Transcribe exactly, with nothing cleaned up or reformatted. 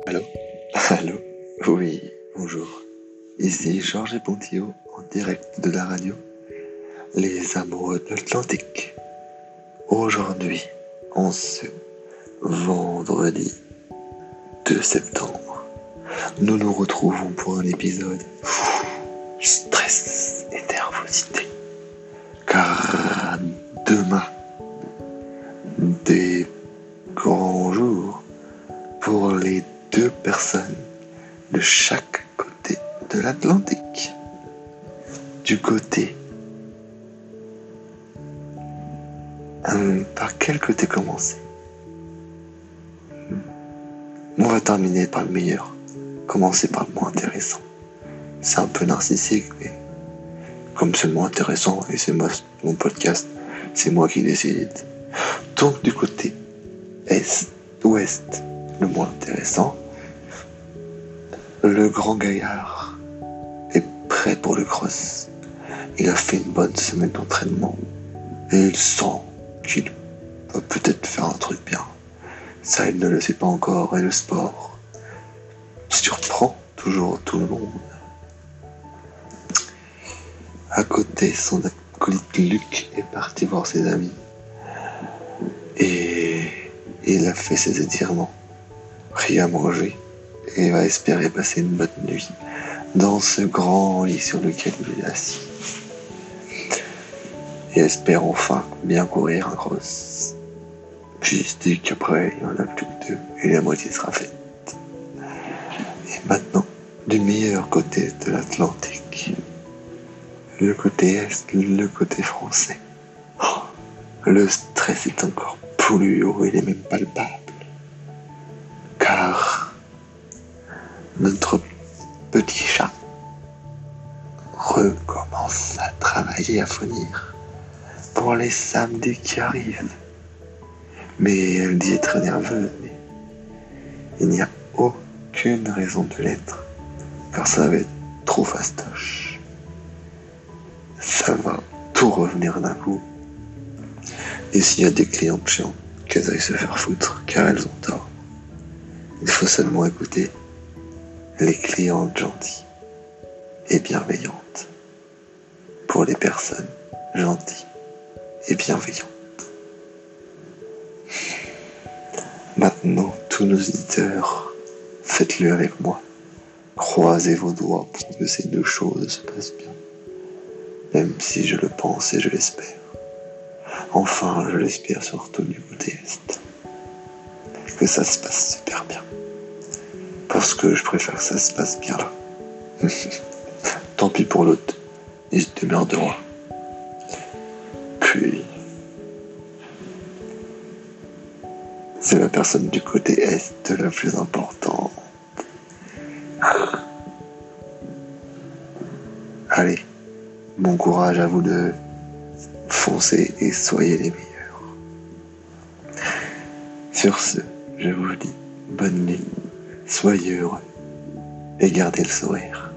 Allô? Allô? Oui, bonjour. Ici Georges Pontillot en direct de la radio Les Amoureux de l'Atlantique. Aujourd'hui, en ce vendredi deux septembre, nous nous retrouvons pour un épisode stress et nervosité. Car demain, des grands jours pour les deux personnes de chaque côté de l'Atlantique. Du côté... Hum, par quel côté commencer? On va terminer par le meilleur. Commencer par le moins intéressant. C'est un peu narcissique, mais comme c'est le moins intéressant, et c'est moi, mon podcast, c'est moi qui décide. Donc du côté est, ouest, le moins intéressant, le grand gaillard est prêt pour le cross. Il a fait une bonne semaine d'entraînement et il sent qu'il va peut-être faire un truc bien. Ça, il ne le sait pas encore, et le sport surprend toujours tout le monde. À côté, son acolyte Luc est parti voir ses amis et il a fait ses étirements, pris à manger et va espérer passer une bonne nuit dans ce grand lit sur lequel il est assis. Et espère enfin bien courir un cross. Puis il se dit qu'après, il n'y en a plus que deux et la moitié sera faite. Et maintenant, du meilleur côté de l'Atlantique, le côté est, le côté français. Oh, le stress est encore plus haut, il est même palpable. Car notre petit chat recommence à travailler, à fournir pour les samedis qui arrivent. Mais elle dit être nerveuse, mais il n'y a aucune raison de l'être, car ça va être trop fastoche. Ça va tout revenir d'un coup. Et s'il y a des clientes chiantes, qu'elles aillent se faire foutre, car elles ont tort. Il faut seulement écouter les clientes gentilles et bienveillantes pour les personnes gentilles et bienveillantes. Maintenant, tous nos auditeurs, faites-le avec moi. Croisez vos doigts pour que ces deux choses se passent bien. Même si je le pense et je l'espère. Enfin, je l'espère surtout du côté est. Que ça se passe super bien. Parce que je préfère que ça se passe bien là. Tant pis pour l'autre. Il se démerdera. Puis... c'est la personne du côté est la plus importante. Allez, bon courage à vous deux. Foncez et soyez les meilleurs. Sur ce, je vous dis bonne nuit, soyez heureux et gardez le sourire.